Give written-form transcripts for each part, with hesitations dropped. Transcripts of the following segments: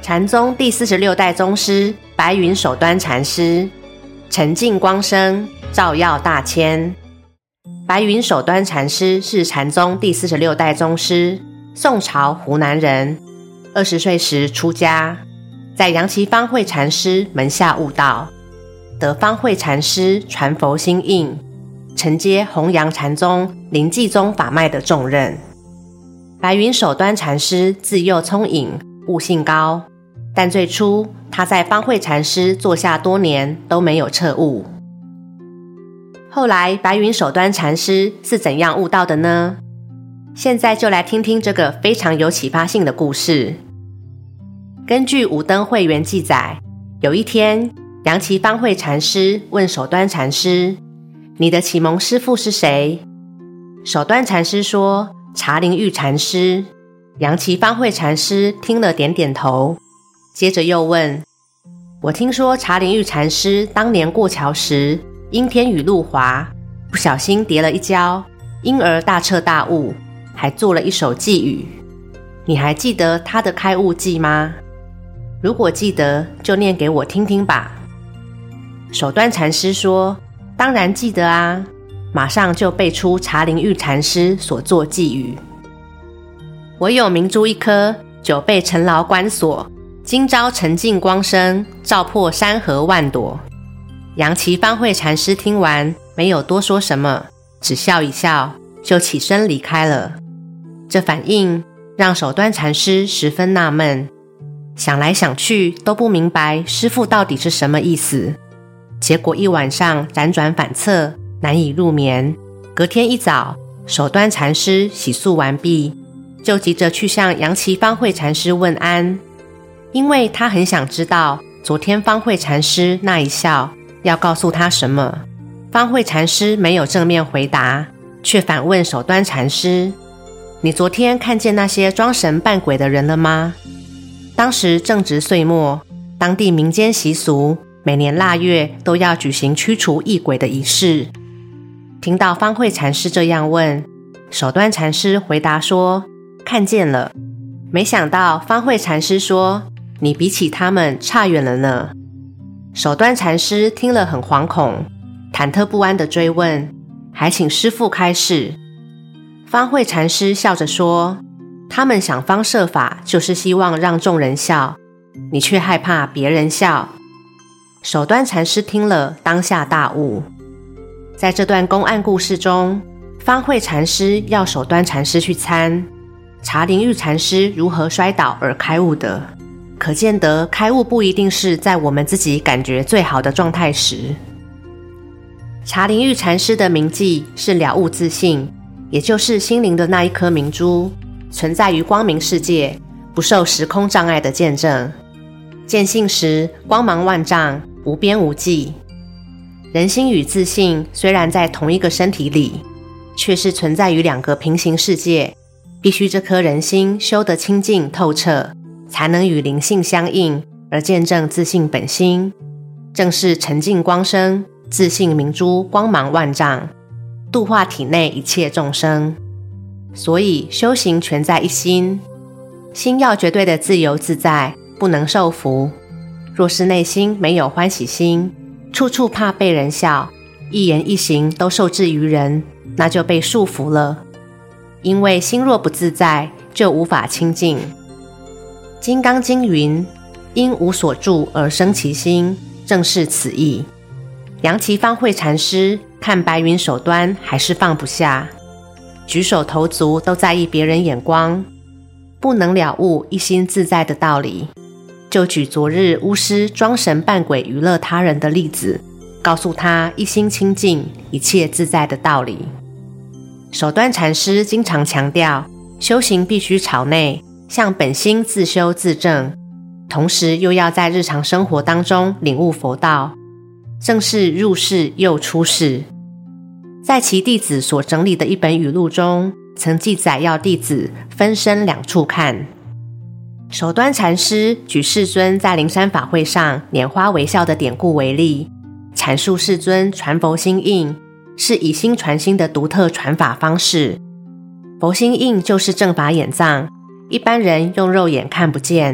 禅宗第46代宗师白云守端禅师，沉静光生，照耀大千。白云守端禅师是禅宗第46代宗师，宋朝湖南人，20岁时出家，在杨岐方慧禅师门下悟道，得方慧禅师传佛心印，承接弘扬禅宗临济宗法脉的重任。白云守端禅师自幼聪颖，悟性高，但最初他在方慧禅师座下多年都没有彻悟。后来白云守端禅师是怎样悟道的呢？现在就来听听这个非常有启发性的故事。根据五灯会元记载，有一天杨岐方慧禅师问守端禅师，你的启蒙师父是谁？守端禅师说，茶陵玉禅师。杨岐方慧禅师听了点点头，接着又问，我听说茶陵玉禅师当年过桥时因天雨路滑，不小心跌了一跤，因而大彻大悟，还做了一首偈语，你还记得他的开悟偈吗？如果记得就念给我听听吧。守端禅师说，当然记得啊，马上就背出茶陵玉禅师所作偈语，我有明珠一颗，久被尘劳关锁，今朝沉静光生，照破山河万朵。杨岐方慧禅师听完没有多说什么，只笑一笑就起身离开了。这反应让守端禅师十分纳闷，想来想去都不明白师父到底是什么意思。结果一晚上辗转反侧，难以入眠。隔天一早，守端禅师洗漱完毕，就急着去向杨岐方慧禅师问安，因为他很想知道昨天方慧禅师那一笑要告诉他什么。方慧禅师没有正面回答，却反问守端禅师，你昨天看见那些装神扮鬼的人了吗？当时正值岁末，当地民间习俗每年腊月都要举行驱除异鬼的仪式。听到方慧禅师这样问，守端禅师回答说，看见了。没想到方慧禅师说，你比起他们差远了呢。守端禅师听了很惶恐，忐忑不安地追问，还请师父开示。方慧禅师笑着说，他们想方设法就是希望让众人笑，你却害怕别人笑。守端禅师听了当下大悟。在这段公案故事中，方慧禅师要守端禅师去参茶陵玉禅师如何摔倒而开悟的，可见得开悟不一定是在我们自己感觉最好的状态时。茶陵玉禅师的铭记是了悟自性，也就是心灵的那一颗明珠，存在于光明世界，不受时空障碍的见证。见性时光芒万丈，无边无际。人心与自性虽然在同一个身体里，却是存在于两个平行世界，必须这颗人心修得清净透彻，才能与灵性相应，而见证自性本心，正是沉静光生，自性明珠光芒万丈，度化体内一切众生。所以修行全在一心，心要绝对的自由自在，不能受缚。若是内心没有欢喜心，处处怕被人笑，一言一行都受制于人，那就被束缚了。因为心若不自在，就无法清净。金刚经云，因无所住而生其心，正是此意。杨岐方慧禅师看白云守端还是放不下，举手投足都在意别人眼光，不能了悟一心自在的道理，就举昨日巫师装神扮鬼娱乐他人的例子，告诉他一心清净一切自在的道理。守端禅师经常强调，修行必须朝内，向本心自修自证，同时又要在日常生活当中领悟佛道，正是入世又出世。在其弟子所整理的一本语录中，曾记载要弟子分身两处看。守端禅师举世尊在灵山法会上拈花微笑的典故为例，阐述世尊传佛心印是以心传心的独特传法方式。佛心印就是正法眼藏，一般人用肉眼看不见，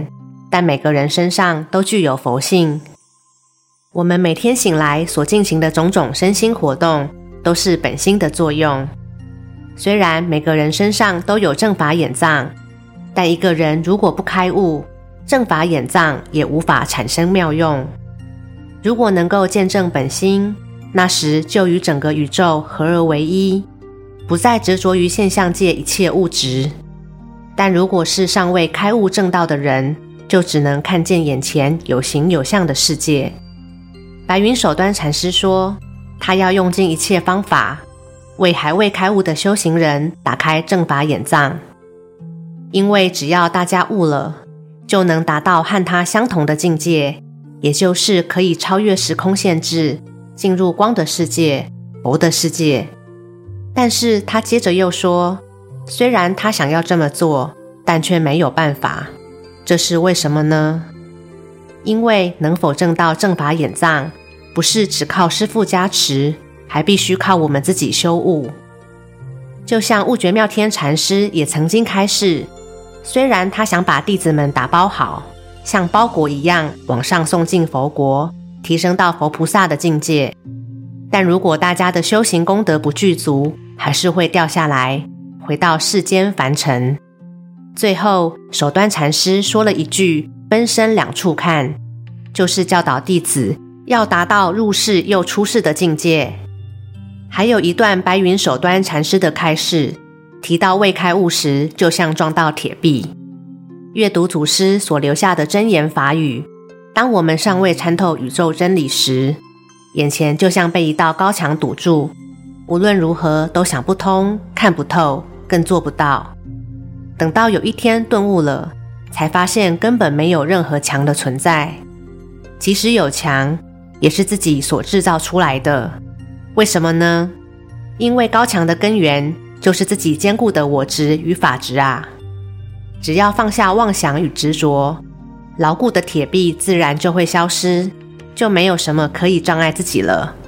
但每个人身上都具有佛性。我们每天醒来所进行的种种身心活动，都是本心的作用。虽然每个人身上都有正法眼藏，但一个人如果不开悟，正法眼藏也无法产生妙用。如果能够见证本心，那时就与整个宇宙合而为一，不再执着于现象界一切物质。但如果是尚未开悟正道的人，就只能看见眼前有形有相的世界。白云首端禅师说，他要用尽一切方法，为还未开悟的修行人打开正法眼藏。因为只要大家悟了，就能达到和他相同的境界，也就是可以超越时空限制，进入光的世界、佛的世界。但是他接着又说，虽然他想要这么做，但却没有办法。这是为什么呢？因为能否证到正法眼藏，不是只靠师父加持，还必须靠我们自己修悟。就像悟觉妙天禅师也曾经开示，虽然他想把弟子们打包好，像包裹一样往上送进佛国，提升到佛菩萨的境界，但如果大家的修行功德不具足，还是会掉下来，回到世间凡尘。最后首端禅师说了一句分身两处看，就是教导弟子要达到入世又出世的境界。还有一段白云首端禅师的开示，提到未开悟时就像撞到铁壁。阅读祖师所留下的真言法语，当我们尚未参透宇宙真理时，眼前就像被一道高墙堵住，无论如何都想不通、看不透，更做不到。等到有一天顿悟了，才发现根本没有任何墙的存在，即使有墙，也是自己所制造出来的。为什么呢？因为高墙的根源就是自己坚固的我执与法执啊！只要放下妄想与执着，牢固的铁壁自然就会消失，就没有什么可以障碍自己了。